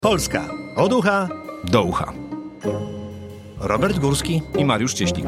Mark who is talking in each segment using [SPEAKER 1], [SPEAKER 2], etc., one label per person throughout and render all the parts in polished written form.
[SPEAKER 1] Polska od ucha
[SPEAKER 2] Do ucha.
[SPEAKER 1] Robert Górski
[SPEAKER 2] I Mariusz Cieślik.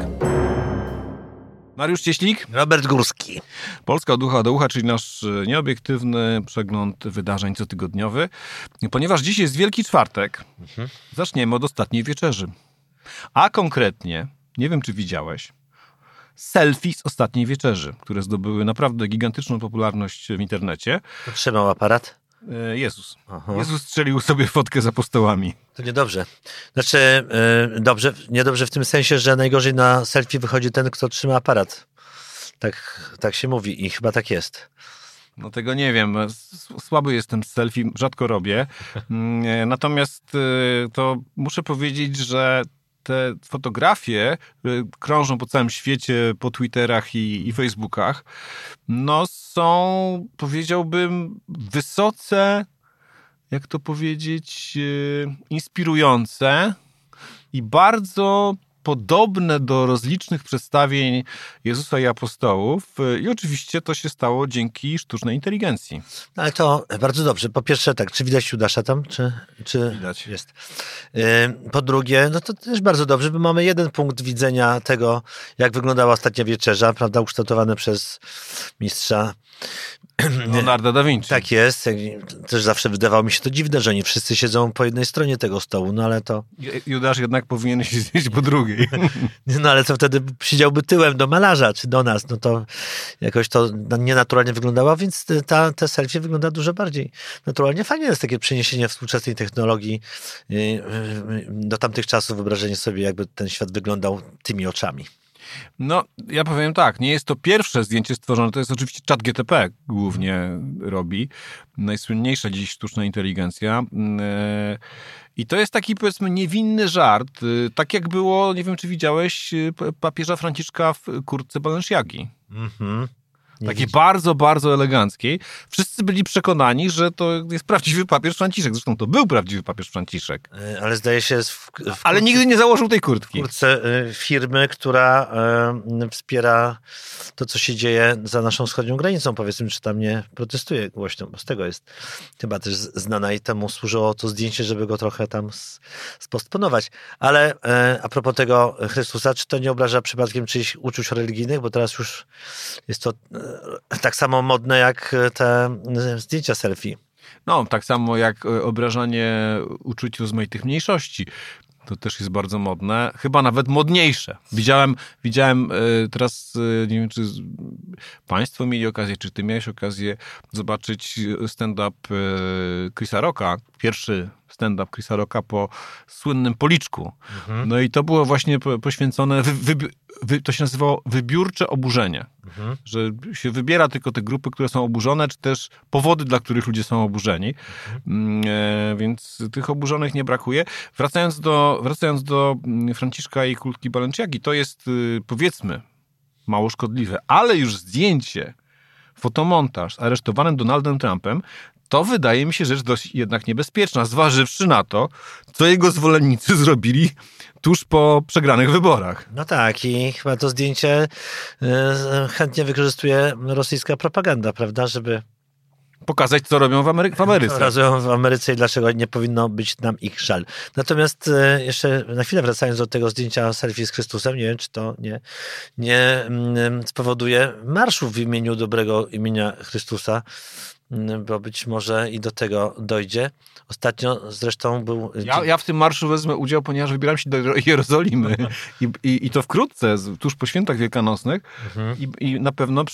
[SPEAKER 2] Mariusz Cieślik.
[SPEAKER 1] Robert Górski.
[SPEAKER 2] Polska od ucha do ucha, czyli nasz nieobiektywny przegląd wydarzeń cotygodniowy. Ponieważ dziś jest Wielki Czwartek, zaczniemy od ostatniej wieczerzy. A konkretnie, nie wiem czy widziałeś, selfie z ostatniej wieczerzy, które zdobyły naprawdę gigantyczną popularność w internecie.
[SPEAKER 1] Trzymał aparat?
[SPEAKER 2] Jezus.
[SPEAKER 1] Aha.
[SPEAKER 2] Jezus strzelił sobie fotkę za apostołami.
[SPEAKER 1] To niedobrze. Znaczy, niedobrze w tym sensie, że najgorzej na selfie wychodzi ten, kto trzyma aparat. Tak się mówi i chyba tak jest.
[SPEAKER 2] No tego nie wiem. Słaby jestem z selfie, rzadko robię. Natomiast to muszę powiedzieć, że te fotografie krążą po całym świecie, po Twitterach i Facebookach, no są, powiedziałbym, wysoce, jak to powiedzieć, inspirujące i bardzo podobne do rozlicznych przedstawień Jezusa i apostołów. I oczywiście to się stało dzięki sztucznej inteligencji.
[SPEAKER 1] No, ale to bardzo dobrze. Po pierwsze tak, czy widać Judasza tam? Czy
[SPEAKER 2] Widać.
[SPEAKER 1] Jest. Po drugie, no to też bardzo dobrze, bo mamy jeden punkt widzenia tego, jak wyglądała ostatnia wieczerza, prawda, ukształtowane przez mistrza
[SPEAKER 2] Leonardo da Vinci.
[SPEAKER 1] Tak jest. Też zawsze wydawało mi się to dziwne, że oni wszyscy siedzą po jednej stronie tego stołu, no ale to...
[SPEAKER 2] Judasz jednak powinien siedzieć po drugiej.
[SPEAKER 1] No ale co wtedy siedziałby tyłem do malarza, czy do nas, no to jakoś to nienaturalnie wyglądało, więc te selfie wygląda dużo bardziej naturalnie. Fajnie jest takie przeniesienie współczesnej technologii do tamtych czasów, wyobrażenie sobie, jakby ten świat wyglądał tymi oczami.
[SPEAKER 2] No, ja powiem tak, nie jest to pierwsze zdjęcie stworzone, to jest oczywiście ChatGPT głównie robi, najsłynniejsza dziś sztuczna inteligencja i to jest taki, powiedzmy, niewinny żart, tak jak było, nie wiem czy widziałeś, papieża Franciszka w kurtce Balenciagi. Takiej bardzo, bardzo eleganckiej. Wszyscy byli przekonani, że to jest prawdziwy papież Franciszek. Zresztą to był prawdziwy papież Franciszek.
[SPEAKER 1] Ale zdaje się...
[SPEAKER 2] Ale nigdy nie założył tej kurtki.
[SPEAKER 1] W kurtce firmy, która wspiera to, co się dzieje za naszą wschodnią granicą. Powiedzmy, czy tam nie protestuje głośno, bo z tego jest chyba też znana i temu służyło to zdjęcie, żeby go trochę tam spostponować. Ale a propos tego Chrystusa, czy to nie obraża przypadkiem czyichś uczuć religijnych? Bo teraz już jest to tak samo modne jak te zdjęcia selfie.
[SPEAKER 2] No, tak samo jak obrażanie uczuć rozmaitych mniejszości. To też jest bardzo modne. Chyba nawet modniejsze. Widziałem teraz, nie wiem, czy państwo mieli okazję, czy ty miałeś okazję zobaczyć stand-up Chrisa Rocka. Pierwszy stand-up Chrisa Rocka po słynnym Policzku. No i to było właśnie poświęcone, to się nazywało wybiórcze oburzenie. Że się wybiera tylko te grupy, które są oburzone, czy też powody, dla których ludzie są oburzeni. Więc tych oburzonych nie brakuje. Wracając do Franciszka i kurtki Balenciagi, to jest, powiedzmy, mało szkodliwe, ale już zdjęcie, fotomontaż z aresztowanym Donaldem Trumpem, to wydaje mi się rzecz dość jednak niebezpieczna, zważywszy na to, co jego zwolennicy zrobili tuż po przegranych wyborach.
[SPEAKER 1] No tak, i chyba to zdjęcie chętnie wykorzystuje rosyjska propaganda, prawda, żeby
[SPEAKER 2] pokazać, co robią w Ameryce.
[SPEAKER 1] Co robią w Ameryce i dlaczego nie powinno być nam ich żal. Natomiast jeszcze na chwilę wracając do tego zdjęcia selfie z Chrystusem, nie wiem, czy to nie spowoduje marszu w imieniu dobrego imienia Chrystusa, bo być może i do tego dojdzie. Ostatnio zresztą był...
[SPEAKER 2] Ja w tym marszu wezmę udział, ponieważ wybieram się do Jerozolimy i to wkrótce, tuż po świętach wielkanocnych i na pewno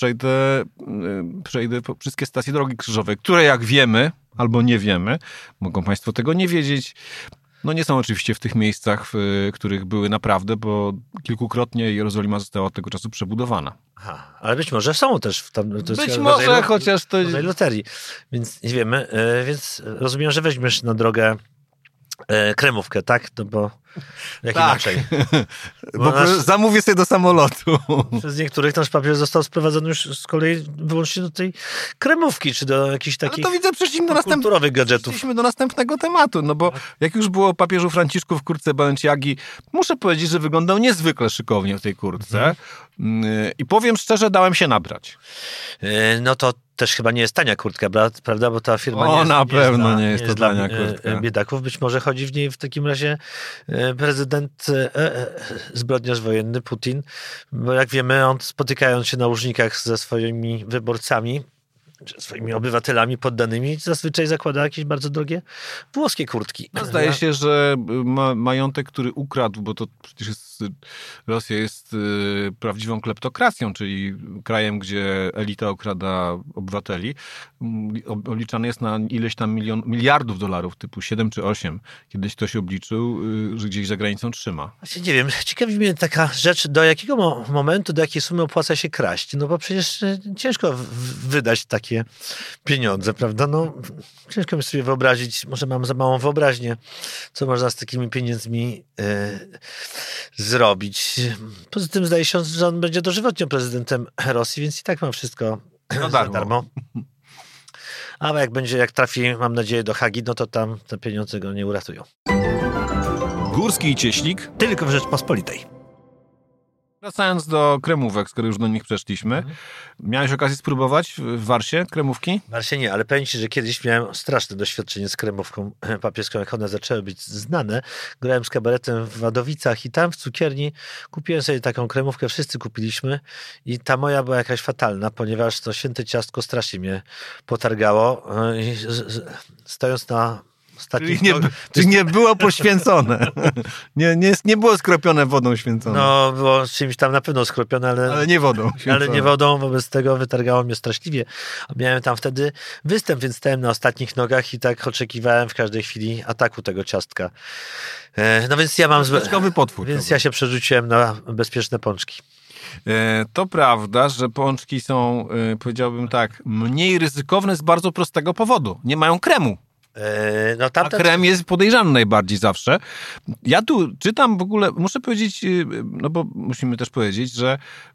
[SPEAKER 2] przejdę po wszystkie stacje drogi krzyżowej, które jak wiemy, albo nie wiemy, mogą państwo tego nie wiedzieć, no nie są oczywiście w tych miejscach, w których były naprawdę, bo kilkukrotnie Jerozolima została od tego czasu przebudowana.
[SPEAKER 1] Aha, ale być może są też to
[SPEAKER 2] być może, chociaż to...
[SPEAKER 1] loterii, więc nie wiemy. Więc rozumiem, że weźmiesz na drogę kremówkę, tak? No bo jak inaczej?
[SPEAKER 2] Bo zamówię sobie do samolotu.
[SPEAKER 1] Przez niektórych nasz papier został sprowadzony już z kolei wyłącznie do tej kremówki, czy do jakichś takich
[SPEAKER 2] to widzę,
[SPEAKER 1] kulturowych gadżetów.
[SPEAKER 2] Przeszliśmy do następnego tematu, no bo jak już było o papieżu Franciszku w kurtce Balenciagi, muszę powiedzieć, że wyglądał niezwykle szykownie w tej kurtce i powiem szczerze, dałem się nabrać.
[SPEAKER 1] No to też chyba nie jest tania kurtka, prawda? Bo ta firma
[SPEAKER 2] na pewno nie jest to tania kurtka.
[SPEAKER 1] Biedaków. Być może chodzi w niej w takim razie prezydent zbrodniarz wojenny Putin, bo jak wiemy, on spotykając się na Łużnikach ze swoimi wyborcami, swoimi obywatelami poddanymi, zazwyczaj zakłada jakieś bardzo drogie włoskie kurtki.
[SPEAKER 2] No, zdaje się, że majątek, który ukradł, bo to przecież Rosja jest prawdziwą kleptokracją, czyli krajem, gdzie elita okrada obywateli, obliczany jest na ileś tam miliardów dolarów, typu 7 czy 8. Kiedyś ktoś obliczył, że gdzieś za granicą trzyma.
[SPEAKER 1] Właśnie nie wiem, ciekawi mnie taka rzecz, do jakiego momentu, do jakiej sumy opłaca się kraść. No bo przecież ciężko wydać takie pieniądze, prawda? No, ciężko mi sobie wyobrazić, może mam za małą wyobraźnię, co można z takimi pieniędzmi zrobić. Poza tym zdaje się, że on będzie dożywotnio prezydentem Rosji, więc i tak mam wszystko za darmo. A jak trafi, mam nadzieję, do Hagi, no to tam te pieniądze go nie uratują.
[SPEAKER 2] Górski i Cieślik.
[SPEAKER 1] Tylko w Rzeczpospolitej.
[SPEAKER 2] Wracając do kremówek, skoro już do nich przeszliśmy. Miałeś okazję spróbować w Warsie kremówki?
[SPEAKER 1] W Warsie nie, ale powiem ci, że kiedyś miałem straszne doświadczenie z kremówką papieską, jak one zaczęły być znane. Grałem z kabaretem w Wadowicach i tam w cukierni kupiłem sobie taką kremówkę, wszyscy kupiliśmy i ta moja była jakaś fatalna, ponieważ to święte ciastko strasznie mnie potargało. I stojąc na
[SPEAKER 2] Czyli nie było poświęcone. Nie było skropione wodą święconą.
[SPEAKER 1] No, było czymś tam na pewno skropione,
[SPEAKER 2] ale nie wodą.
[SPEAKER 1] Ale nie wodą, wobec tego wytargało mnie straszliwie. Miałem tam wtedy występ, więc stałem na ostatnich nogach i tak oczekiwałem w każdej chwili ataku tego ciastka. No więc ja mam...
[SPEAKER 2] potwór.
[SPEAKER 1] Więc ja się przerzuciłem na bezpieczne pączki.
[SPEAKER 2] To prawda, że pączki są, powiedziałbym tak, mniej ryzykowne z bardzo prostego powodu. Nie mają kremu. A krem jest podejrzany najbardziej zawsze. Ja tu czytam w ogóle, muszę powiedzieć, no bo musimy też powiedzieć, że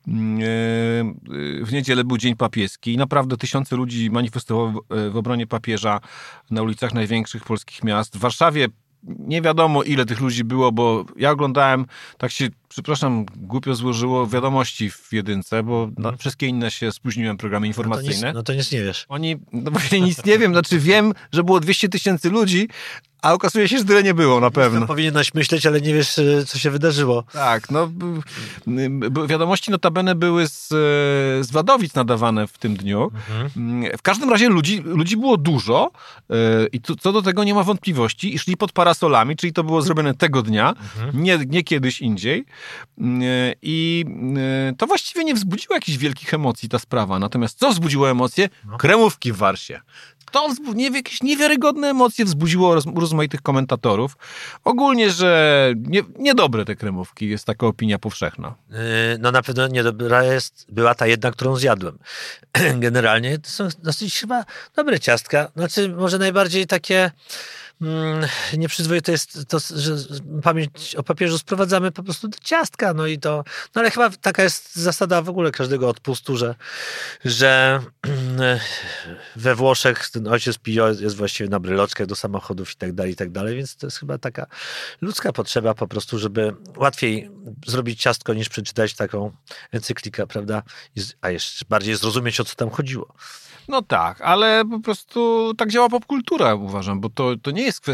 [SPEAKER 2] w niedzielę był Dzień Papieski i naprawdę tysiące ludzi manifestowało w obronie papieża na ulicach największych polskich miast. W Warszawie nie wiadomo, ile tych ludzi było, bo ja oglądałem, tak się, przepraszam, głupio złożyło, Wiadomości w Jedynce, bo na wszystkie inne się spóźniłem, programy informacyjne.
[SPEAKER 1] No to nic nie wiesz.
[SPEAKER 2] No właśnie nic nie wiem, znaczy wiem, że było 200 000 ludzi, a okazuje się, że tyle nie było, na pewno.
[SPEAKER 1] To powinieneś myśleć, ale nie wiesz, co się wydarzyło.
[SPEAKER 2] Tak, no Wiadomości notabene były z Wadowic nadawane w tym dniu. W każdym razie ludzi było dużo i co do tego nie ma wątpliwości i szli pod parasolami, czyli to było zrobione tego dnia, nie kiedyś indziej. I to właściwie nie wzbudziło jakichś wielkich emocji ta sprawa. Natomiast co wzbudziło emocje? Kremówki w Warsie. To jakieś niewiarygodne emocje wzbudziło rozmaitych komentatorów. Ogólnie, że niedobre te kremówki, jest taka opinia powszechna.
[SPEAKER 1] No na pewno niedobra była ta jedna, którą zjadłem. Generalnie to są dosyć chyba dobre ciastka. Znaczy może najbardziej takie nieprzyzwoite jest to, że pamięć o papieżu sprowadzamy po prostu do ciastka, no ale chyba taka jest zasada w ogóle każdego odpustu, że we Włoszech ten ojciec Pio jest właściwie na bryloczkach do samochodów i tak dalej, więc to jest chyba taka ludzka potrzeba po prostu, żeby łatwiej zrobić ciastko niż przeczytać taką encyklikę, prawda? A jeszcze bardziej zrozumieć, o co tam chodziło.
[SPEAKER 2] No tak, ale po prostu tak działa popkultura, uważam, bo to nie jest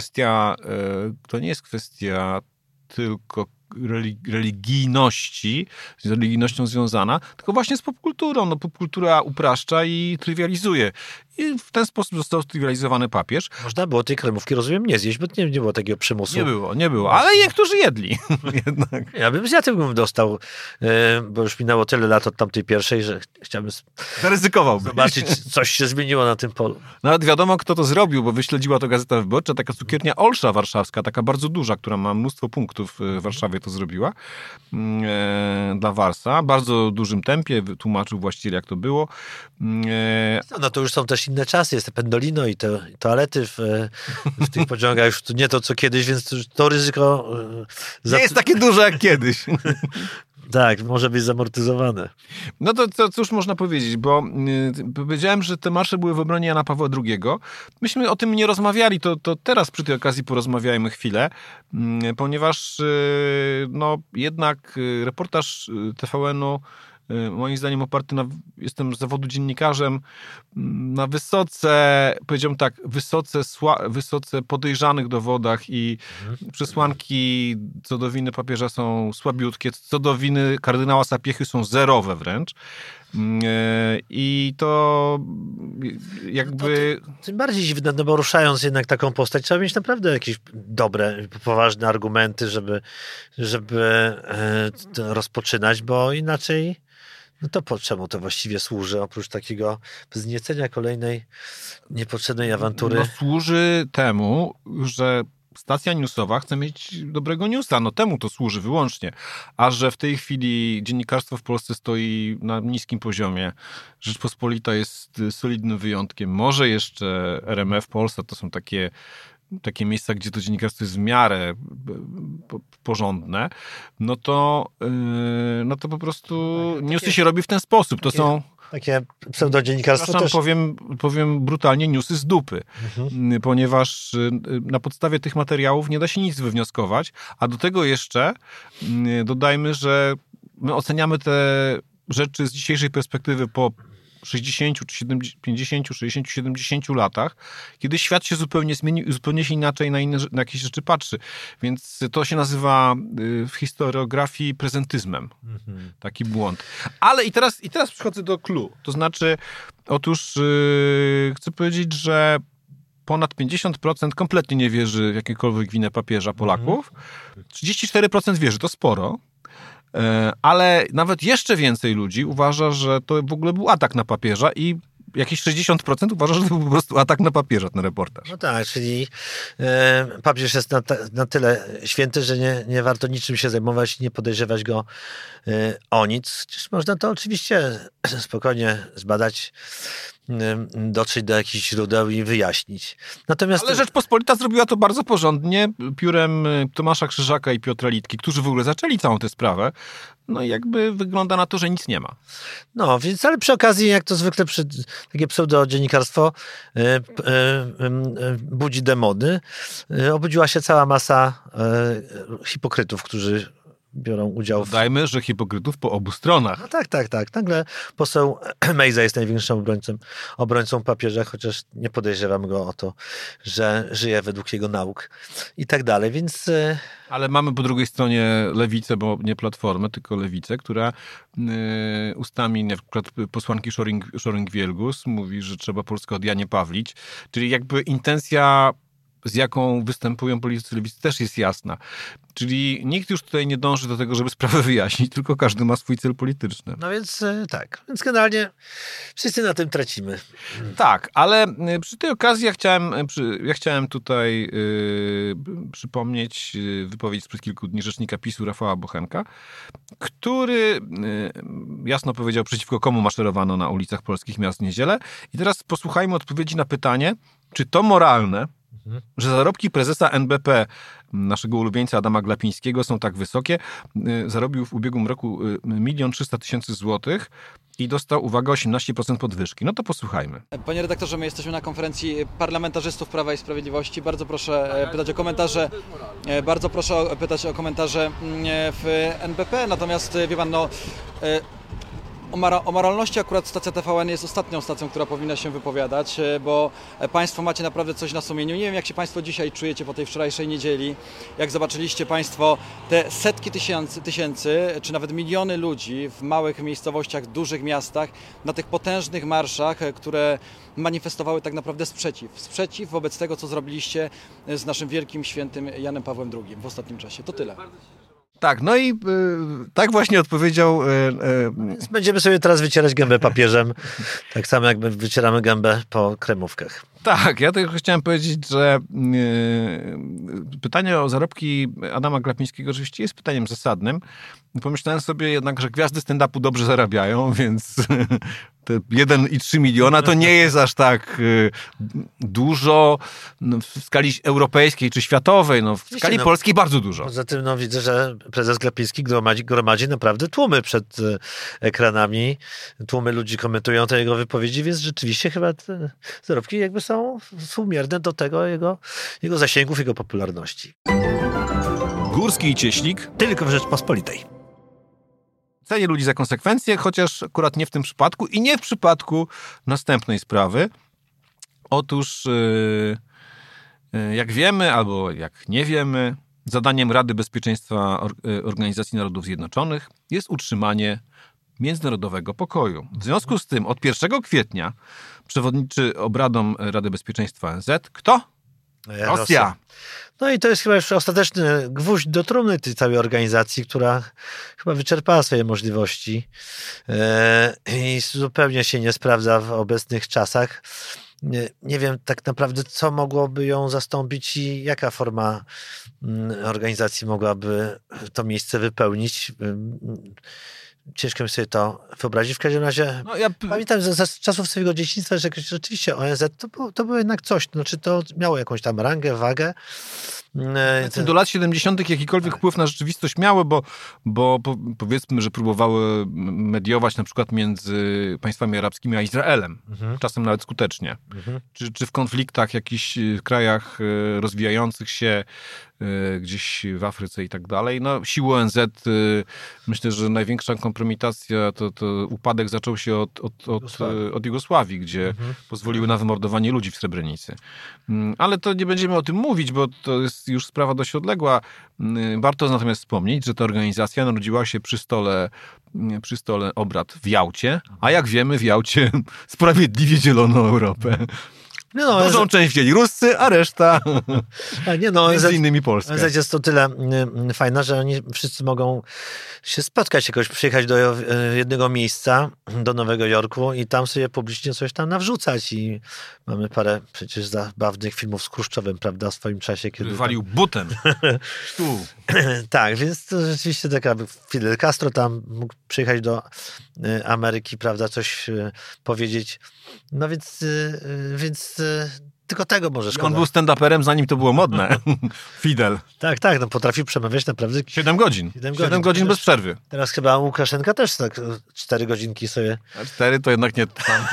[SPEAKER 2] kwestia tylko religijności, z religijnością związana, tylko właśnie z popkulturą. No, popkultura upraszcza i trywializuje. I w ten sposób został strywializowany papież.
[SPEAKER 1] Można było tej kremówki, rozumiem, nie zjeść, bo nie było takiego przymusu.
[SPEAKER 2] Nie było, ale niektórzy jedli. Jednak.
[SPEAKER 1] Ja bym zjadł, dostał, bo już minęło tyle lat od tamtej pierwszej, że chciałbym zobaczyć, coś się zmieniło na tym polu.
[SPEAKER 2] Nawet wiadomo, kto to zrobił, bo wyśledziła to Gazeta Wyborcza, taka cukiernia Olsza warszawska, taka bardzo duża, która ma mnóstwo punktów w Warszawie, to zrobiła dla Warsa. W bardzo dużym tempie, tłumaczył właściciel, jak to było.
[SPEAKER 1] No to już są też inne czasy, jest pendolino i te toalety w tych pociągach już nie to, co kiedyś, więc to ryzyko...
[SPEAKER 2] Nie jest takie duże jak kiedyś.
[SPEAKER 1] Tak, może być zamortyzowane.
[SPEAKER 2] No to cóż można powiedzieć, bo powiedziałem, że te marsze były w obronie Jana Pawła II. Myśmy o tym nie rozmawiali, to teraz przy tej okazji porozmawiajmy chwilę, ponieważ no jednak reportaż TVN-u moim zdaniem oparty jestem z zawodu dziennikarzem, na wysoce, powiedziałbym tak, wysoce podejrzanych dowodach i przesłanki co do winy papieża są słabiutkie, co do winy kardynała Sapiechy są zerowe wręcz. I to jakby...
[SPEAKER 1] No to tym bardziej dziwne, no bo ruszając jednak taką postać, trzeba mieć naprawdę jakieś dobre, poważne argumenty, żeby to rozpoczynać, bo inaczej no to po czemu to właściwie służy, oprócz takiego wzniecenia kolejnej niepotrzebnej awantury?
[SPEAKER 2] No służy temu, że stacja newsowa chce mieć dobrego newsa, no temu to służy wyłącznie. A że w tej chwili dziennikarstwo w Polsce stoi na niskim poziomie, Rzeczpospolita jest solidnym wyjątkiem, może jeszcze RMF Polska to są takie miejsca, gdzie to dziennikarstwo jest w miarę porządne, no to po prostu newsy się robi w ten sposób. To są...
[SPEAKER 1] Takie pseudodziennikarstwo też...
[SPEAKER 2] powiem brutalnie, newsy z dupy, ponieważ na podstawie tych materiałów nie da się nic wywnioskować, a do tego jeszcze dodajmy, że my oceniamy te rzeczy z dzisiejszej perspektywy po 60, czy 70, 50, 60, 70 latach, kiedy świat się zupełnie zmienił i zupełnie się inaczej na jakieś rzeczy patrzy. Więc to się nazywa w historiografii prezentyzmem. Taki błąd. Ale i teraz przychodzę do clou. To znaczy, otóż chcę powiedzieć, że ponad 50% kompletnie nie wierzy w jakiekolwiek winę papieża Polaków. 34% wierzy, to sporo. Ale nawet jeszcze więcej ludzi uważa, że to w ogóle był atak na papieża i jakieś 60% uważa, że to był po prostu atak na papieża, ten reportaż.
[SPEAKER 1] No tak, czyli papież jest na tyle święty, że nie warto niczym się zajmować, nie podejrzewać go o nic. Przecież można to oczywiście spokojnie zbadać, dotrzeć do jakichś źródeł i wyjaśnić. Natomiast...
[SPEAKER 2] Ale Rzeczpospolita zrobiła to bardzo porządnie, piórem Tomasza Krzyżaka i Piotra Litki, którzy w ogóle zaczęli całą tę sprawę. No i jakby wygląda na to, że nic nie ma.
[SPEAKER 1] No, więc ale przy okazji, jak to zwykle takie pseudodziennikarstwo budzi demony, obudziła się cała masa hipokrytów, którzy biorą udział
[SPEAKER 2] Dodajmy, że hipokrytów po obu stronach.
[SPEAKER 1] No tak. Nagle poseł Mejza jest największym obrońcą papieża, chociaż nie podejrzewam go o to, że żyje według jego nauk i tak dalej, więc...
[SPEAKER 2] Ale mamy po drugiej stronie lewicę, bo nie Platformę, tylko lewicę, która ustami na przykład posłanki Szoring-Wielgus mówi, że trzeba Polskę odjanie Pawlić, czyli jakby intencja, z jaką występują politycy lewicy, też jest jasna. Czyli nikt już tutaj nie dąży do tego, żeby sprawę wyjaśnić, tylko każdy ma swój cel polityczny.
[SPEAKER 1] No więc tak. Więc generalnie wszyscy na tym tracimy.
[SPEAKER 2] Tak, ale przy tej okazji ja chciałem tutaj przypomnieć wypowiedź sprzed kilku dni rzecznika PiS-u Rafała Bochenka, który jasno powiedział, przeciwko komu maszerowano na ulicach polskich miast w niedzielę. I teraz posłuchajmy odpowiedzi na pytanie, czy to moralne, że zarobki prezesa NBP, naszego ulubieńca Adama Glapińskiego, są tak wysokie. Zarobił w ubiegłym roku 1 300 000 złotych i dostał, uwaga, 18% podwyżki. No to posłuchajmy.
[SPEAKER 3] Panie redaktorze, my jesteśmy na konferencji parlamentarzystów Prawa i Sprawiedliwości. Bardzo proszę pytać o komentarze. Bardzo proszę pytać o komentarze w NBP. Natomiast wie pan, o moralności akurat stacja TVN jest ostatnią stacją, która powinna się wypowiadać, bo Państwo macie naprawdę coś na sumieniu. Nie wiem, jak się Państwo dzisiaj czujecie po tej wczorajszej niedzieli, jak zobaczyliście Państwo te setki tysięcy, czy nawet miliony ludzi w małych miejscowościach, dużych miastach, na tych potężnych marszach, które manifestowały tak naprawdę sprzeciw wobec tego, co zrobiliście z naszym wielkim świętym Janem Pawłem II w ostatnim czasie. To tyle.
[SPEAKER 2] Tak, no i tak właśnie odpowiedział...
[SPEAKER 1] Będziemy sobie teraz wycierać gębę papieżem, tak samo jak wycieramy gębę po kremówkach.
[SPEAKER 2] Tak, ja tylko chciałem powiedzieć, że pytanie o zarobki Adama Glapińskiego oczywiście jest pytaniem zasadnym. Pomyślałem sobie jednak, że gwiazdy stand-upu dobrze zarabiają, więc te 1,3 miliona to nie jest aż tak dużo w skali europejskiej czy światowej. W skali polskiej bardzo dużo.
[SPEAKER 1] Poza tym widzę, że prezes Glapiński gromadzi naprawdę tłumy przed ekranami. Tłumy ludzi komentują te jego wypowiedzi, więc rzeczywiście chyba te zarobki jakby są współmierne do tego jego zasięgów, jego popularności.
[SPEAKER 2] Górski i Cieślik
[SPEAKER 1] tylko w Rzeczpospolitej.
[SPEAKER 2] cenię ludzi za konsekwencje, chociaż akurat nie w tym przypadku i nie w przypadku następnej sprawy. Otóż, jak wiemy, albo jak nie wiemy, zadaniem Rady Bezpieczeństwa Organizacji Narodów Zjednoczonych jest utrzymanie międzynarodowego pokoju. W związku z tym od 1 kwietnia przewodniczy obradom Rady Bezpieczeństwa ONZ kto? Rosja.
[SPEAKER 1] No i to jest chyba już ostateczny gwóźdź do trumny tej całej organizacji, która chyba wyczerpała swoje możliwości i zupełnie się nie sprawdza w obecnych czasach. Nie wiem tak naprawdę, co mogłoby ją zastąpić i jaka forma organizacji mogłaby to miejsce wypełnić. Ciężko mi sobie to wyobrazić. W każdym razie pamiętam z czasów swojego dzieciństwa, że rzeczywiście ONZ to było jednak coś. Znaczy to miało jakąś tam rangę, wagę.
[SPEAKER 2] Do lat 70. jakikolwiek wpływ na rzeczywistość miały, bo powiedzmy, że próbowały mediować na przykład między państwami arabskimi a Izraelem. Czasem nawet skutecznie. Czy w konfliktach jakichś krajach rozwijających się gdzieś w Afryce i tak dalej. No, siły ONZ, myślę, że największa kompromitacja to upadek zaczął się od Jugosławii, gdzie pozwoliły na wymordowanie ludzi w Srebrenicy. Ale to nie będziemy o tym mówić, bo to jest już sprawa dość odległa. Warto natomiast wspomnieć, że ta organizacja narodziła się przy stole obrad w Jałcie, a jak wiemy w Jałcie sprawiedliwie dzielono Europę. Dużą część wzięli Ruscy, a reszta między innymi Polska.
[SPEAKER 1] ONZ jest to tyle fajna, że oni wszyscy mogą się spotkać jakoś, przyjechać do jednego miejsca, do Nowego Jorku i tam sobie publicznie coś tam nawrzucać i mamy parę przecież zabawnych filmów z Chruszczowem, prawda, w swoim czasie. Kiedy
[SPEAKER 2] wywalił butem.
[SPEAKER 1] Tak, więc to rzeczywiście taka Fidel Castro tam mógł przyjechać do Ameryki, prawda, coś powiedzieć. No więc tylko tego może szkoda.
[SPEAKER 2] On był stand-uperem, zanim to było modne. Fidel.
[SPEAKER 1] Tak, no potrafił przemawiać naprawdę
[SPEAKER 2] 7 godzin. 7 godzin bez przerwy.
[SPEAKER 1] Teraz chyba Łukaszenka też tak 4 godzinki sobie.
[SPEAKER 2] A 4 to jednak nie tam.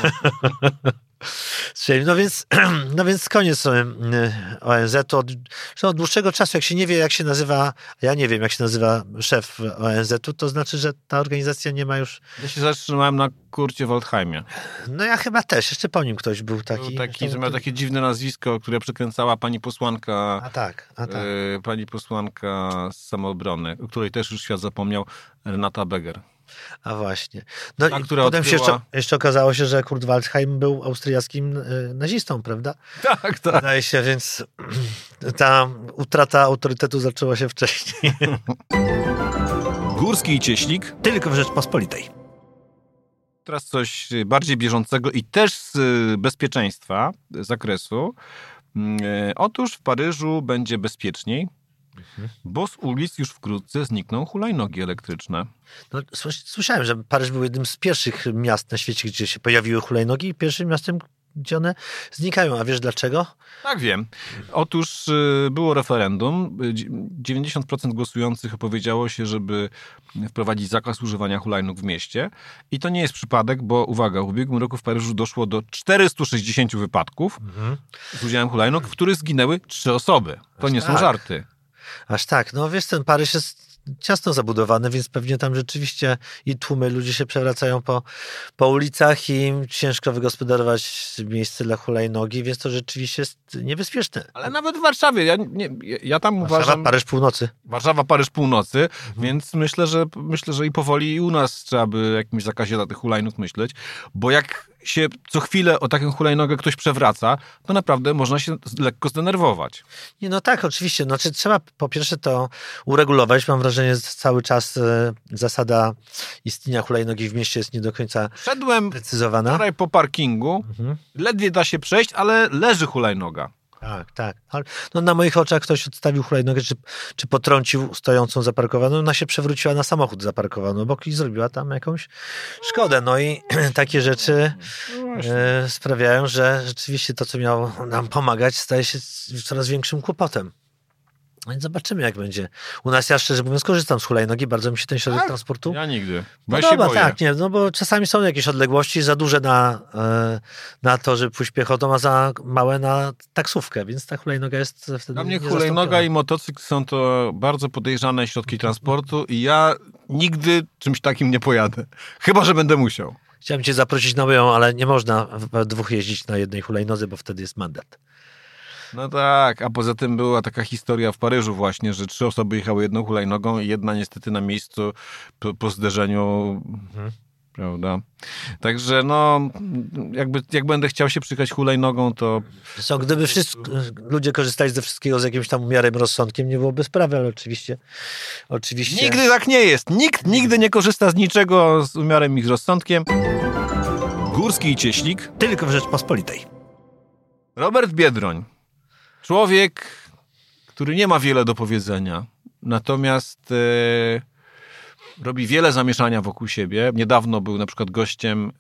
[SPEAKER 1] No więc koniec ONZ-u. Od dłuższego czasu, jak się nie wie, jak się nazywa, ja nie wiem, jak się nazywa szef ONZ-u, to znaczy, że ta organizacja nie ma już...
[SPEAKER 2] Ja się zatrzymałem na Kurcie Waldheimie.
[SPEAKER 1] No ja chyba też. Jeszcze po nim ktoś był taki.
[SPEAKER 2] Że miał takie dziwne nazwisko, które przekręcała pani posłanka.
[SPEAKER 1] A tak.
[SPEAKER 2] Pani posłanka z Samoobrony, o której też już świat zapomniał, Renata Beger.
[SPEAKER 1] A właśnie. No i potem się jeszcze okazało się, że Kurt Waldheim był austriackim nazistą, prawda?
[SPEAKER 2] Tak.
[SPEAKER 1] Wydaje się, więc ta utrata autorytetu zaczęła się wcześniej.
[SPEAKER 2] Górski i Cieślik.
[SPEAKER 1] Tylko w Rzeczpospolitej.
[SPEAKER 2] Teraz coś bardziej bieżącego i też z bezpieczeństwa zakresu. Otóż w Paryżu będzie bezpieczniej, bo z ulic już wkrótce znikną hulajnogi elektryczne.
[SPEAKER 1] No, słyszałem, że Paryż był jednym z pierwszych miast na świecie, gdzie się pojawiły hulajnogi i pierwszym miastem, gdzie one znikają. A wiesz dlaczego?
[SPEAKER 2] Tak, wiem. Otóż było referendum. 90% głosujących opowiedziało się, żeby wprowadzić zakaz używania hulajnóg w mieście. I to nie jest przypadek, bo uwaga, w ubiegłym roku w Paryżu doszło do 460 wypadków z udziałem hulajnóg, w których zginęły 3 osoby. To nie są żarty.
[SPEAKER 1] Aż tak. No wiesz, ten Paryż jest ciasno zabudowany, więc pewnie tam rzeczywiście i tłumy ludzi się przewracają po ulicach i ciężko wygospodarować miejsce dla hulajnogi, więc to rzeczywiście jest niebezpieczne.
[SPEAKER 2] Ale nawet w Warszawie, ja tam uważam...
[SPEAKER 1] Paryż północy.
[SPEAKER 2] Warszawa, Paryż północy, więc myślę, że i powoli i u nas trzeba by o jakimś zakazie dla tych hulajnóg myśleć, bo jak się co chwilę o taką hulajnogę ktoś przewraca, to naprawdę można się lekko zdenerwować.
[SPEAKER 1] Nie, no tak, oczywiście. Znaczy, trzeba po pierwsze to uregulować. Mam wrażenie, że cały czas zasada istnienia hulajnogi w mieście jest nie do końca precyzowana.
[SPEAKER 2] Wczoraj po parkingu, ledwie da się przejść, ale leży hulajnoga.
[SPEAKER 1] Tak. No, na moich oczach ktoś odstawił hulajnogę, czy potrącił stojącą zaparkowaną, ona się przewróciła na samochód zaparkowany obok i zrobiła tam jakąś szkodę. No i takie rzeczy sprawiają, że rzeczywiście to, co miało nam pomagać, staje się coraz większym kłopotem. Więc zobaczymy, jak będzie. U nas ja szczerze mówiąc korzystam z hulajnogi, bardzo mi się ten środek transportu
[SPEAKER 2] Ja nigdy. Bo ja się
[SPEAKER 1] podoba,
[SPEAKER 2] boję.
[SPEAKER 1] tak, nie, no bo czasami są jakieś odległości za duże na to, żeby pójść piechotą, a za małe na taksówkę, więc ta hulajnoga jest wtedy
[SPEAKER 2] Dla mnie
[SPEAKER 1] niezastąpiona.
[SPEAKER 2] hulajnoga i motocykl są to bardzo podejrzane środki transportu i ja nigdy czymś takim nie pojadę. Chyba że będę musiał.
[SPEAKER 1] Chciałem cię zaprosić na moją, ale nie można w dwóch jeździć na jednej hulajnodze, bo wtedy jest mandat.
[SPEAKER 2] No tak, a poza tym była taka historia w Paryżu właśnie, że 3 osoby jechały jedną hulajnogą i jedna niestety na miejscu po zderzeniu, prawda? Także no, jak będę chciał się przykać hulajnogą, to...
[SPEAKER 1] Gdyby ludzie korzystali ze wszystkiego z jakimś tam umiarem, rozsądkiem, nie byłoby sprawy, ale oczywiście...
[SPEAKER 2] Nigdy tak nie jest. Nikt nigdy nie korzysta z niczego z umiarem i z rozsądkiem. Górski i Cieślik.
[SPEAKER 1] Tylko w Rzeczpospolitej.
[SPEAKER 2] Robert Biedroń. Człowiek, który nie ma wiele do powiedzenia, natomiast robi wiele zamieszania wokół siebie. Niedawno był na przykład gościem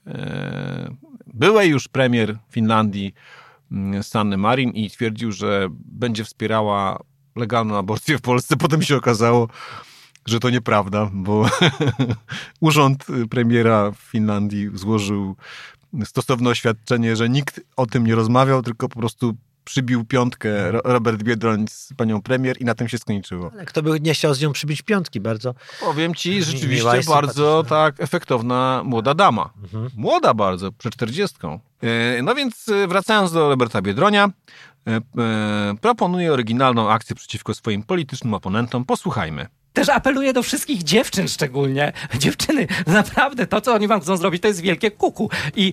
[SPEAKER 2] byłej już premier Finlandii Sanny Marin i twierdził, że będzie wspierała legalną aborcję w Polsce. Potem się okazało, że to nieprawda, bo urząd premiera w Finlandii złożył stosowne oświadczenie, że nikt o tym nie rozmawiał, tylko po prostu przybił piątkę Robert Biedroń z panią premier i na tym się skończyło.
[SPEAKER 1] Ale kto by nie chciał z nią przybić piątki, bardzo...
[SPEAKER 2] Powiem ci,
[SPEAKER 1] miła
[SPEAKER 2] rzeczywiście
[SPEAKER 1] i
[SPEAKER 2] bardzo
[SPEAKER 1] sympatyczna.
[SPEAKER 2] tak efektowna młoda dama. Młoda bardzo, przed 40. No więc wracając do Roberta Biedronia, proponuje oryginalną akcję przeciwko swoim politycznym oponentom. Posłuchajmy.
[SPEAKER 4] Też apeluję do wszystkich dziewczyn szczególnie. Dziewczyny, naprawdę, to co oni wam chcą zrobić, to jest wielkie kuku. I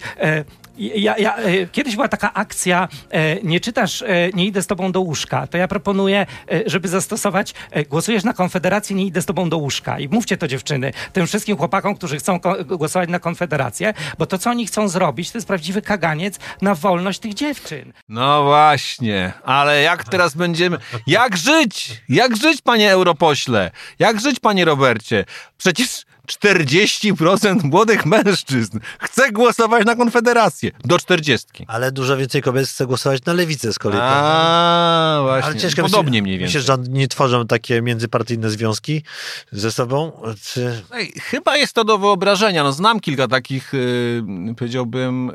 [SPEAKER 4] kiedyś była taka akcja, nie czytasz, nie idę z tobą do łóżka. To ja proponuję, żeby zastosować, głosujesz na Konfederację, nie idę z tobą do łóżka. I mówcie to dziewczyny, tym wszystkim chłopakom, którzy chcą głosować na Konfederację, bo to co oni chcą zrobić, to jest prawdziwy kaganiec na wolność tych dziewczyn.
[SPEAKER 2] No właśnie, ale jak teraz będziemy... Jak żyć? Jak żyć, panie europośle? Jak żyć, panie Robercie? Przecież 40% młodych mężczyzn chce głosować na Konfederację. Do 40.
[SPEAKER 1] Ale dużo więcej kobiet chce głosować na lewicę z kolei.
[SPEAKER 2] A właśnie.
[SPEAKER 1] Ale ciężko
[SPEAKER 2] Podobnie mniej więcej.
[SPEAKER 1] Myślę, że nie tworzą takie międzypartyjne związki ze sobą? Czy...
[SPEAKER 2] Ej, chyba jest to do wyobrażenia. No, znam kilka takich, powiedziałbym,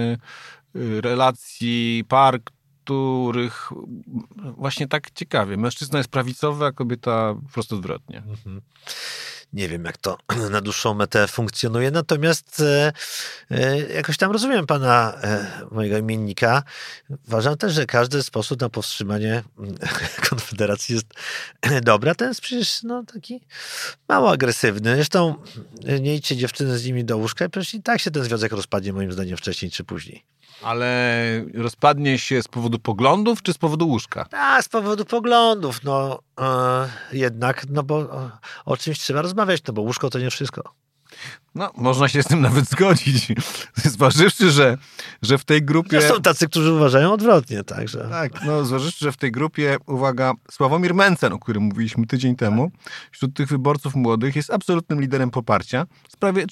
[SPEAKER 2] relacji, par, których właśnie tak ciekawie. Mężczyzna jest prawicowy, a kobieta wprost odwrotnie.
[SPEAKER 1] Nie wiem, jak to na dłuższą metę funkcjonuje, natomiast jakoś tam rozumiem pana, mojego imiennika. Uważam też, że każdy sposób na powstrzymanie Konfederacji jest dobry, a ten jest przecież taki mało agresywny. Zresztą nie idźcie dziewczyny z nimi do łóżka, przecież i tak się ten związek rozpadnie moim zdaniem wcześniej czy później.
[SPEAKER 2] Ale rozpadnie się z powodu poglądów, czy z powodu łóżka?
[SPEAKER 1] Tak, z powodu poglądów, jednak, bo o czymś trzeba rozmawiać, bo łóżko to nie wszystko.
[SPEAKER 2] No, można się z tym nawet zgodzić. Zważywszy, że w tej grupie...
[SPEAKER 1] Są tacy, którzy uważają odwrotnie, także...
[SPEAKER 2] Tak, zważywszy, że w tej grupie, uwaga, Sławomir Mencen, o którym mówiliśmy tydzień temu, wśród tych wyborców młodych jest absolutnym liderem poparcia z prawie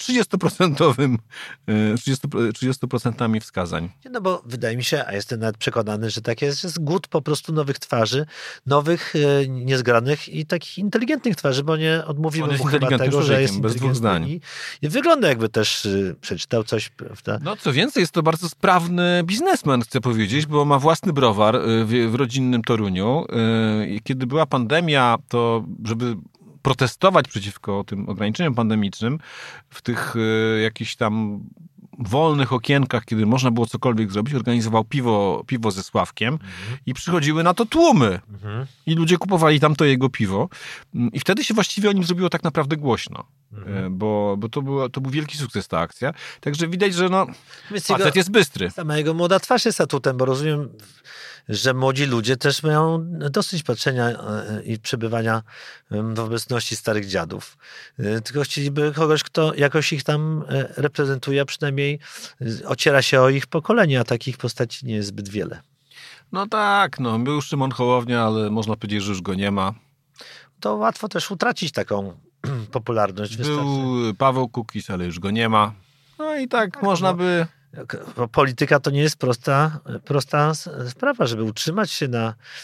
[SPEAKER 2] 30% wskazań.
[SPEAKER 1] Bo wydaje mi się, a jestem nawet przekonany, że tak jest głód po prostu nowych twarzy, nowych, niezgranych i takich inteligentnych twarzy, bo nie odmówimy mu chyba tego, że jest
[SPEAKER 2] bez dwóch zdań.
[SPEAKER 1] I wygląda jakby też przeczytał coś, prawda?
[SPEAKER 2] No co więcej, jest to bardzo sprawny biznesmen, chcę powiedzieć, bo ma własny browar w rodzinnym Toruniu. Kiedy była pandemia, to żeby protestować przeciwko tym ograniczeniom pandemicznym w tych jakichś tam wolnych okienkach, kiedy można było cokolwiek zrobić, organizował piwo ze Sławkiem i przychodziły na to tłumy. I ludzie kupowali tam to jego piwo. I wtedy się właściwie o nim zrobiło tak naprawdę głośno. Bo to był wielki sukces ta akcja. Także widać, że facet jest bystry.
[SPEAKER 1] Sama jego młoda twarz jest atutem, bo rozumiem, że młodzi ludzie też mają dosyć patrzenia i przebywania w obecności starych dziadów. Tylko chcieliby kogoś, kto jakoś ich tam reprezentuje, a przynajmniej ociera się o ich pokolenie, a takich postaci nie jest zbyt wiele.
[SPEAKER 2] No tak, był Szymon Hołownia, ale można powiedzieć, że już go nie ma.
[SPEAKER 1] To łatwo też utracić taką popularność.
[SPEAKER 2] Był Paweł Kukiz, ale już go nie ma. No i tak można by...
[SPEAKER 1] Bo polityka to nie jest prosta sprawa. Żeby utrzymać się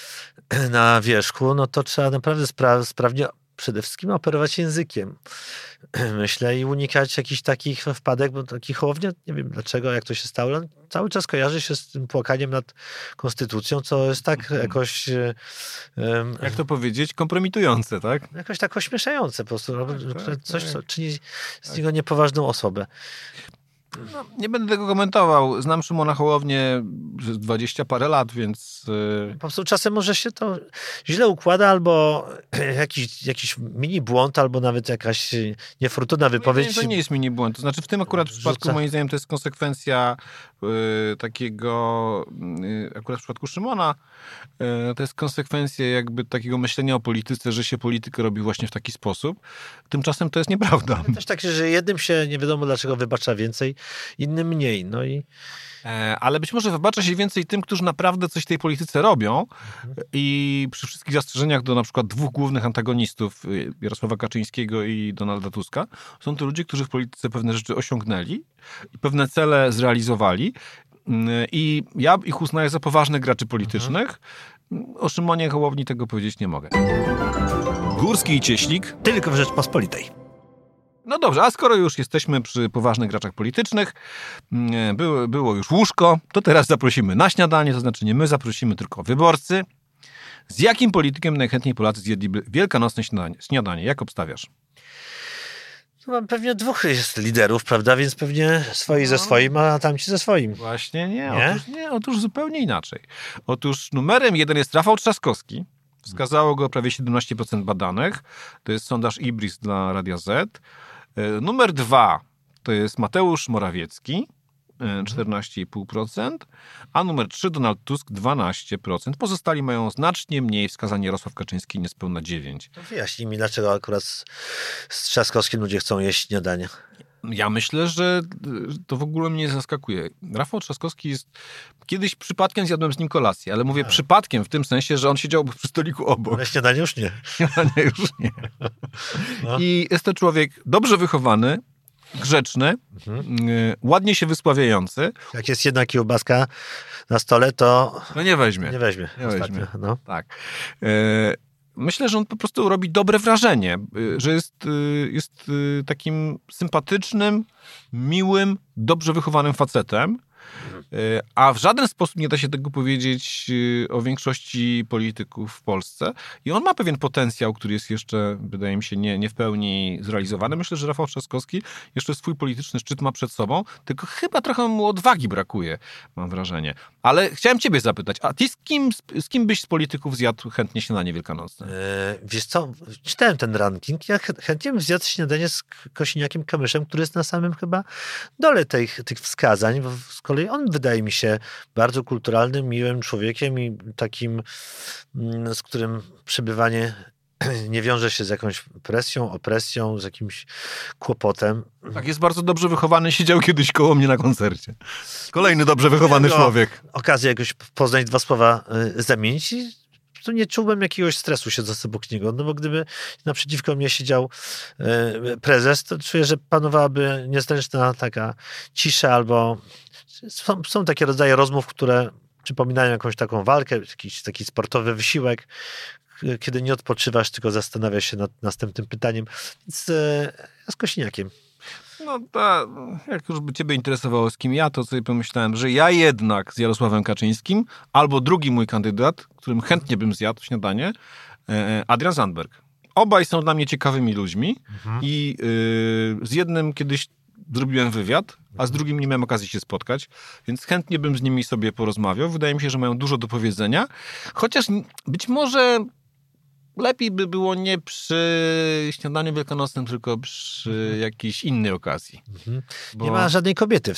[SPEAKER 1] na wierzchu, no to trzeba naprawdę sprawnie przede wszystkim operować językiem, myślę, i unikać jakichś takich wpadek, bo taki Hołownia, nie wiem dlaczego, jak to się stało, on cały czas kojarzy się z tym płakaniem nad konstytucją, co jest tak jakoś...
[SPEAKER 2] Jak to powiedzieć? Kompromitujące, tak?
[SPEAKER 1] Jakoś tak ośmieszające po prostu, coś, co czyni z niego
[SPEAKER 2] Tak.
[SPEAKER 1] niepoważną osobę.
[SPEAKER 2] No, nie będę tego komentował. Znam Szymona Hołownię 20 parę lat, więc...
[SPEAKER 1] Po prostu czasem może się to źle układa, albo jakiś mini błąd, albo nawet jakaś niefortunna wypowiedź.
[SPEAKER 2] To nie jest mini błąd. To znaczy w tym akurat przypadku moim zdaniem to jest konsekwencja takiego, akurat w przypadku Szymona, to jest konsekwencja jakby takiego myślenia o polityce, że się politykę robi właśnie w taki sposób. Tymczasem to jest nieprawda.
[SPEAKER 1] Też tak, że jednym się nie wiadomo dlaczego wybacza więcej, innym mniej. No i...
[SPEAKER 2] Ale być może wybacza się więcej tym, którzy naprawdę coś w tej polityce robią i przy wszystkich zastrzeżeniach do na przykład dwóch głównych antagonistów, Jarosława Kaczyńskiego i Donalda Tuska, są to ludzie, którzy w polityce pewne rzeczy osiągnęli i pewne cele zrealizowali i ja ich uznaję za poważnych graczy politycznych. O Szymonie Hołowni tego powiedzieć nie mogę. Górski i Cieślik.
[SPEAKER 1] Tylko w Rzeczpospolitej.
[SPEAKER 2] No dobrze, a skoro już jesteśmy przy poważnych graczach politycznych, było już łóżko, to teraz zaprosimy na śniadanie, to znaczy nie my zaprosimy, tylko wyborcy. Z jakim politykiem najchętniej Polacy zjedliby wielkanocne śniadanie? Jak obstawiasz?
[SPEAKER 1] No, pewnie dwóch jest liderów, prawda? Więc pewnie swoi ze swoim, a tamci ze swoim.
[SPEAKER 2] Właśnie nie? Otóż zupełnie inaczej. Otóż numerem 1 jest Rafał Trzaskowski. Wskazało go prawie 17% badanych. To jest sondaż Ibris dla Radia Z. Numer 2 to jest Mateusz Morawiecki, 14,5%, a numer 3 Donald Tusk, 12%. Pozostali mają znacznie mniej, wskazanie Jarosław Kaczyński niespełna 9%.
[SPEAKER 1] Wyjaśnij mi, dlaczego akurat z Trzaskowskim ludzie chcą jeść śniadanie.
[SPEAKER 2] Ja myślę, że to w ogóle mnie zaskakuje. Rafał Trzaskowski jest... Kiedyś przypadkiem zjadłem z nim kolację, ale mówię przypadkiem w tym sensie, że on siedział przy stoliku obok.
[SPEAKER 1] Ale śniadanie już nie.
[SPEAKER 2] Śniadanie już nie. No. I jest to człowiek dobrze wychowany, grzeczny, ładnie się wysławiający.
[SPEAKER 1] Jak jest jedna kiełbaska na stole, to...
[SPEAKER 2] No nie weźmie.
[SPEAKER 1] Nie weźmie. No.
[SPEAKER 2] Tak. Myślę, że on po prostu robi dobre wrażenie, że jest takim sympatycznym, miłym, dobrze wychowanym facetem, a w żaden sposób nie da się tego powiedzieć o większości polityków w Polsce. I on ma pewien potencjał, który jest jeszcze, wydaje mi się, nie w pełni zrealizowany. Myślę, że Rafał Trzaskowski jeszcze swój polityczny szczyt ma przed sobą, tylko chyba trochę mu odwagi brakuje, mam wrażenie. Ale chciałem ciebie zapytać, a ty z kim byś z polityków zjadł chętnie śniadanie wielkanocne?
[SPEAKER 1] Wiesz co, czytałem ten ranking. Ja chętnie bym zjadł śniadanie z Kosiniakiem-Kamyszem, który jest na samym chyba dole tych wskazań, bo z kolei on wydaje mi się bardzo kulturalnym, miłym człowiekiem i takim, z którym przebywanie nie wiąże się z jakąś presją, opresją, z jakimś kłopotem.
[SPEAKER 2] Tak, jest bardzo dobrze wychowany, siedział kiedyś koło mnie na koncercie. Kolejny dobrze wychowany człowiek.
[SPEAKER 1] Okazję jakoś poznać, dwa słowa zamienić i tu nie czułbym jakiegoś stresu siedząc obok niego, no bo gdyby naprzeciwko mnie siedział prezes, to czuję, że panowałaby niezręczna taka cisza albo są takie rodzaje rozmów, które przypominają jakąś taką walkę, jakiś taki sportowy wysiłek, kiedy nie odpoczywasz, tylko zastanawiasz się nad następnym pytaniem. Więc ja z Kosiniakiem.
[SPEAKER 2] No jak już by ciebie interesowało, z kim ja, to sobie pomyślałem, że ja jednak z Jarosławem Kaczyńskim, albo drugi mój kandydat, którym chętnie bym zjadł śniadanie, Adrian Zandberg. Obaj są dla mnie ciekawymi ludźmi i z jednym kiedyś zrobiłem wywiad, a z drugim nie miałem okazji się spotkać, więc chętnie bym z nimi sobie porozmawiał. Wydaje mi się, że mają dużo do powiedzenia, chociaż być może lepiej by było nie przy śniadaniu wielkanocnym, tylko przy jakiejś innej okazji. Bo...
[SPEAKER 1] Nie ma żadnej kobiety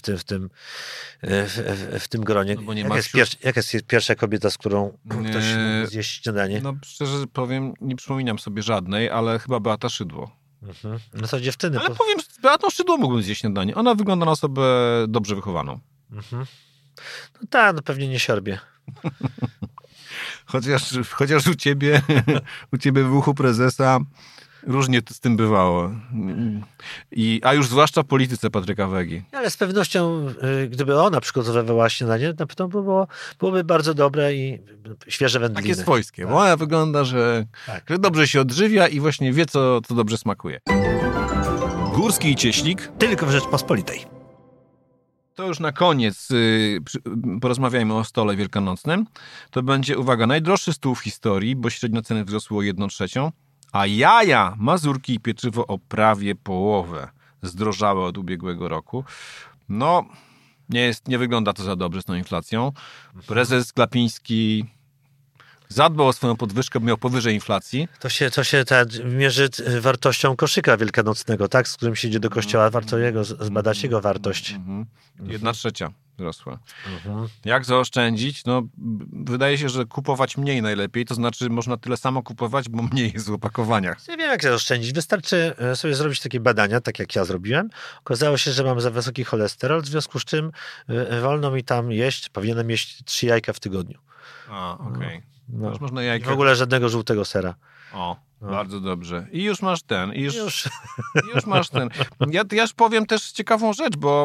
[SPEAKER 1] w tym gronie.
[SPEAKER 2] No bo nie
[SPEAKER 1] jaka jest pierwsza kobieta, z którą ktoś zjeść śniadanie?
[SPEAKER 2] No szczerze powiem, nie przypominam sobie żadnej, ale chyba Beata Szydło.
[SPEAKER 1] No to dziewczyny.
[SPEAKER 2] Ale powiem, z Beatą Szydło mógłbym zjeść śniadanie. Ona wygląda na osobę dobrze wychowaną.
[SPEAKER 1] No tak, no pewnie nie siorbie.
[SPEAKER 2] Chociaż u ciebie w uchu prezesa Różnie z tym bywało. A już zwłaszcza w polityce Patryka Wegi.
[SPEAKER 1] Ale z pewnością, gdyby ona przygotowywała śniadanie, na pewno byłoby bardzo dobre i świeże wędliny.
[SPEAKER 2] Takie swojskie, bo ona wygląda, że dobrze się odżywia i właśnie wie, co dobrze smakuje. Górski i Cieślik.
[SPEAKER 1] Tylko w Rzeczpospolitej.
[SPEAKER 2] To już na koniec porozmawiajmy o stole wielkanocnym. To będzie, uwaga, najdroższy stół w historii, bo średnio ceny wzrosły o 1/3, a jaja, mazurki i pieczywo o prawie połowę zdrożały od ubiegłego roku. No, nie wygląda to za dobrze z tą inflacją. Prezes Glapiński zadbał o swoją podwyżkę, miał powyżej inflacji.
[SPEAKER 1] To się mierzy wartością koszyka wielkanocnego, tak? Z którym się idzie do kościoła, warto zbadać jego wartość.
[SPEAKER 2] 1/3 wzrosła. Jak zaoszczędzić? No, wydaje się, że kupować mniej najlepiej, to znaczy można tyle samo kupować, bo mniej jest w opakowaniach.
[SPEAKER 1] Nie wiem, jak zaoszczędzić. Wystarczy sobie zrobić takie badania, tak jak ja zrobiłem. Okazało się, że mam za wysoki cholesterol, w związku z czym wolno mi tam powinienem jeść 3 jajka w tygodniu.
[SPEAKER 2] Okej.
[SPEAKER 1] No.
[SPEAKER 2] Już można jajka...
[SPEAKER 1] W ogóle żadnego żółtego sera.
[SPEAKER 2] Bardzo dobrze. I już masz ten. Już masz ten. Ja już powiem też ciekawą rzecz, bo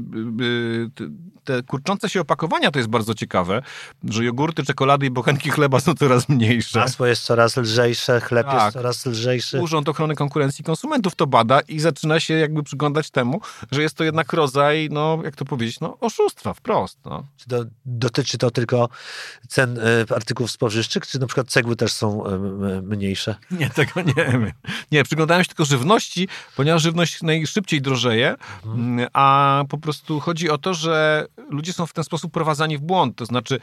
[SPEAKER 2] te kurczące się opakowania to jest bardzo ciekawe, że jogurty, czekolady i bochenki chleba są coraz mniejsze.
[SPEAKER 1] Masło jest coraz lżejsze, chleb jest coraz lżejszy.
[SPEAKER 2] Urząd Ochrony Konkurencji i Konsumentów to bada i zaczyna się jakby przyglądać temu, że jest to jednak rodzaj, jak to powiedzieć, oszustwa wprost.
[SPEAKER 1] Czy dotyczy to tylko cen artykułów spożywczych, czy na przykład cegły też są mniejsze?
[SPEAKER 2] Nie, tego nie wiem. Nie, przyglądałem się tylko żywności, ponieważ żywność najszybciej drożeje, a po prostu chodzi o to, że ludzie są w ten sposób prowadzani w błąd. To znaczy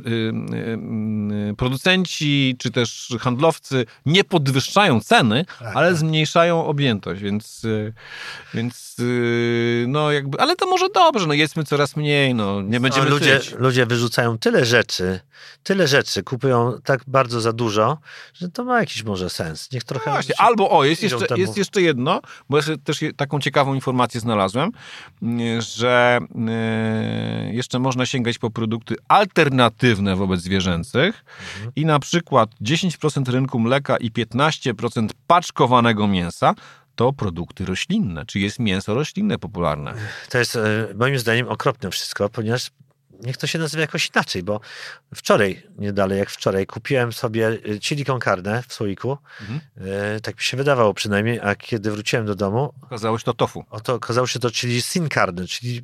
[SPEAKER 2] producenci czy też handlowcy nie podwyższają ceny, ale zmniejszają objętość, więc jakby, ale to może dobrze, jedzmy coraz mniej, nie będziemy
[SPEAKER 1] ludzie wyrzucają tyle rzeczy, kupują tak bardzo za dużo, że to ma jakiś może sens. Niech trochę...
[SPEAKER 2] Właśnie, albo jest jeszcze jedno, bo ja też taką ciekawą informację znalazłem, że jeszcze można sięgać po produkty alternatywne wobec zwierzęcych i na przykład 10% rynku mleka i 15% paczkowanego mięsa to produkty roślinne. Czy jest mięso roślinne popularne?
[SPEAKER 1] To jest moim zdaniem okropne wszystko, ponieważ niech to się nazywa jakoś inaczej, bo nie dalej jak wczoraj, kupiłem sobie chili con carne w słoiku. Tak mi się wydawało przynajmniej, a kiedy wróciłem do domu...
[SPEAKER 2] Okazało się to tofu.
[SPEAKER 1] Okazało się to chili sin carne, czyli...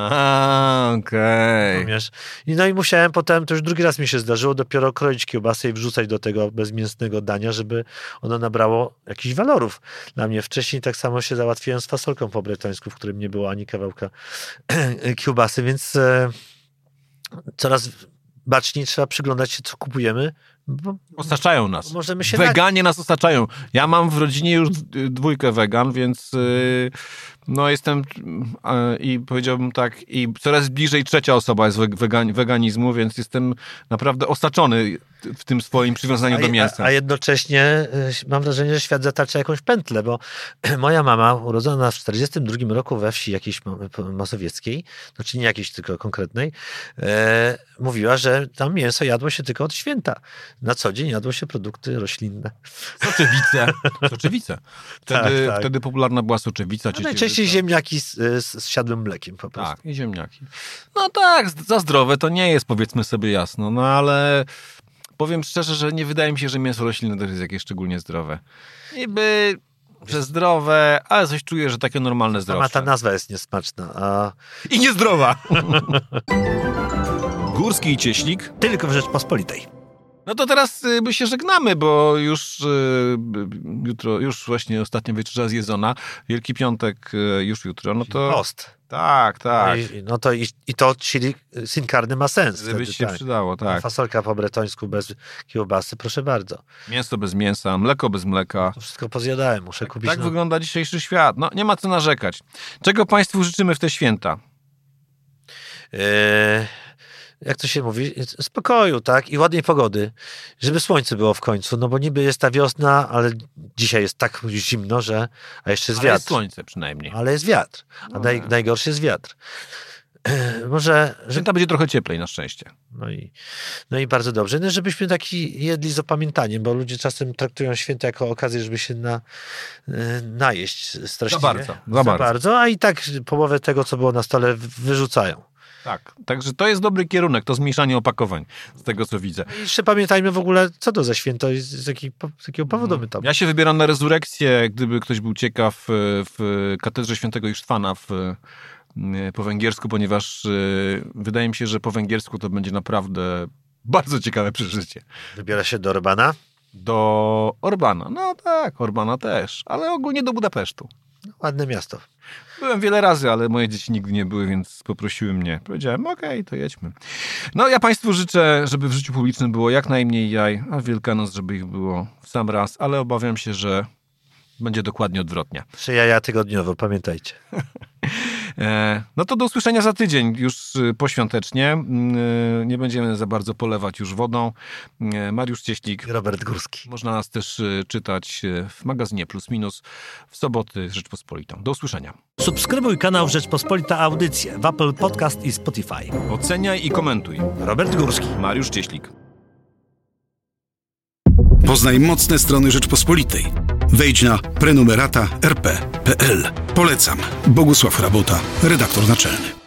[SPEAKER 2] Okej.
[SPEAKER 1] I musiałem potem, to już drugi raz mi się zdarzyło, dopiero kroić kiełbasę i wrzucać do tego bezmięsnego dania, żeby ono nabrało jakichś walorów. Dla mnie wcześniej tak samo się załatwiłem z fasolką po bretońsku, w którym nie było ani kawałka kiełbasy, więc... Coraz baczniej trzeba przyglądać się, co kupujemy.
[SPEAKER 2] Ostaczają nas.
[SPEAKER 1] Możemy się
[SPEAKER 2] Weganie nas ostaczają. Ja mam w rodzinie już 2 wegan, więc jestem i powiedziałbym tak, i coraz bliżej 3. osoba jest weganizmu, więc jestem naprawdę osaczony w tym swoim przywiązaniu do mięsa.
[SPEAKER 1] A jednocześnie mam wrażenie, że świat zatacza jakąś pętlę, bo moja mama, urodzona w 1942 roku we wsi jakiejś mazowieckiej, znaczy nie jakiejś tylko konkretnej, mówiła, że tam mięso jadło się tylko od święta. Na co dzień jadło się produkty roślinne.
[SPEAKER 2] Soczewice. Wtedy popularna była soczewica.
[SPEAKER 1] Najczęściej ziemniaki z siadłym mlekiem po prostu.
[SPEAKER 2] Tak, i ziemniaki. Za zdrowe to nie jest, powiedzmy sobie jasno, ale powiem szczerze, że nie wydaje mi się, że mięso roślinne też jest jakieś szczególnie zdrowe. Że zdrowe, ale coś czuję, że takie normalne zdrowe.
[SPEAKER 1] Ta nazwa jest niesmaczna.
[SPEAKER 2] I niezdrowa! Górski i Cieślik.
[SPEAKER 1] Tylko w Rzeczpospolitej.
[SPEAKER 2] No to teraz my się żegnamy, bo już jutro, już właśnie ostatnia wieczerza zjedzona. Wielki Piątek już jutro. No to...
[SPEAKER 1] Post.
[SPEAKER 2] Tak.
[SPEAKER 1] I to chili sin carne ma sens.
[SPEAKER 2] Gdyby się przydało, tak.
[SPEAKER 1] Fasolka po bretońsku bez kiełbasy, proszę bardzo.
[SPEAKER 2] Mięso bez mięsa, mleko bez mleka.
[SPEAKER 1] To wszystko pozjadałem, muszę kupić.
[SPEAKER 2] Tak wygląda dzisiejszy świat. Nie ma co narzekać. Czego Państwu życzymy w te święta?
[SPEAKER 1] Jak to się mówi, spokoju, tak? I ładnej pogody, żeby słońce było w końcu, bo niby jest ta wiosna, ale dzisiaj jest tak zimno, a jeszcze jest wiatr.
[SPEAKER 2] Ale jest słońce przynajmniej.
[SPEAKER 1] Ale jest wiatr, a najgorszy jest wiatr. Może...
[SPEAKER 2] Święta będzie trochę cieplej, na szczęście.
[SPEAKER 1] No i bardzo dobrze. No, żebyśmy taki jedli z opamiętaniem, bo ludzie czasem traktują święta jako okazję, żeby się najeść straszliwie.
[SPEAKER 2] Za bardzo.
[SPEAKER 1] A i tak połowę tego, co było na stole, wyrzucają.
[SPEAKER 2] Tak, także to jest dobry kierunek, to zmniejszanie opakowań, z tego co widzę.
[SPEAKER 1] I jeszcze pamiętajmy w ogóle, co to za święto i z jakiego powodu my tam.
[SPEAKER 2] Ja się wybieram na rezurekcję, gdyby ktoś był ciekaw, w katedrze świętego Isztwana po węgiersku, ponieważ wydaje mi się, że po węgiersku to będzie naprawdę bardzo ciekawe przeżycie.
[SPEAKER 1] Wybiera się do Orbana?
[SPEAKER 2] Do Orbana, no tak, Orbana też, ale ogólnie do Budapesztu.
[SPEAKER 1] Ładne miasto.
[SPEAKER 2] Byłem wiele razy, ale moje dzieci nigdy nie były, więc poprosiły mnie. Powiedziałem, okej, to jedźmy. No ja Państwu życzę, żeby w życiu publicznym było jak najmniej jaj, a w Wielkanoc, żeby ich było w sam raz, ale obawiam się, że będzie dokładnie odwrotnie.
[SPEAKER 1] 3 jaja tygodniowo, pamiętajcie.
[SPEAKER 2] No to do usłyszenia za tydzień, już poświątecznie. Nie będziemy za bardzo polewać już wodą. Mariusz Cieślik.
[SPEAKER 1] Robert Górski.
[SPEAKER 2] Można nas też czytać w magazynie Plus Minus w soboty Rzeczpospolitą. Do usłyszenia.
[SPEAKER 1] Subskrybuj kanał Rzeczpospolita Audycje w Apple Podcast i Spotify.
[SPEAKER 2] Oceniaj i komentuj.
[SPEAKER 1] Robert Górski.
[SPEAKER 2] Mariusz Cieślik.
[SPEAKER 5] Poznaj mocne strony Rzeczpospolitej. Wejdź na prenumerata.rp.pl. Polecam. Bogusław Rabota, redaktor naczelny.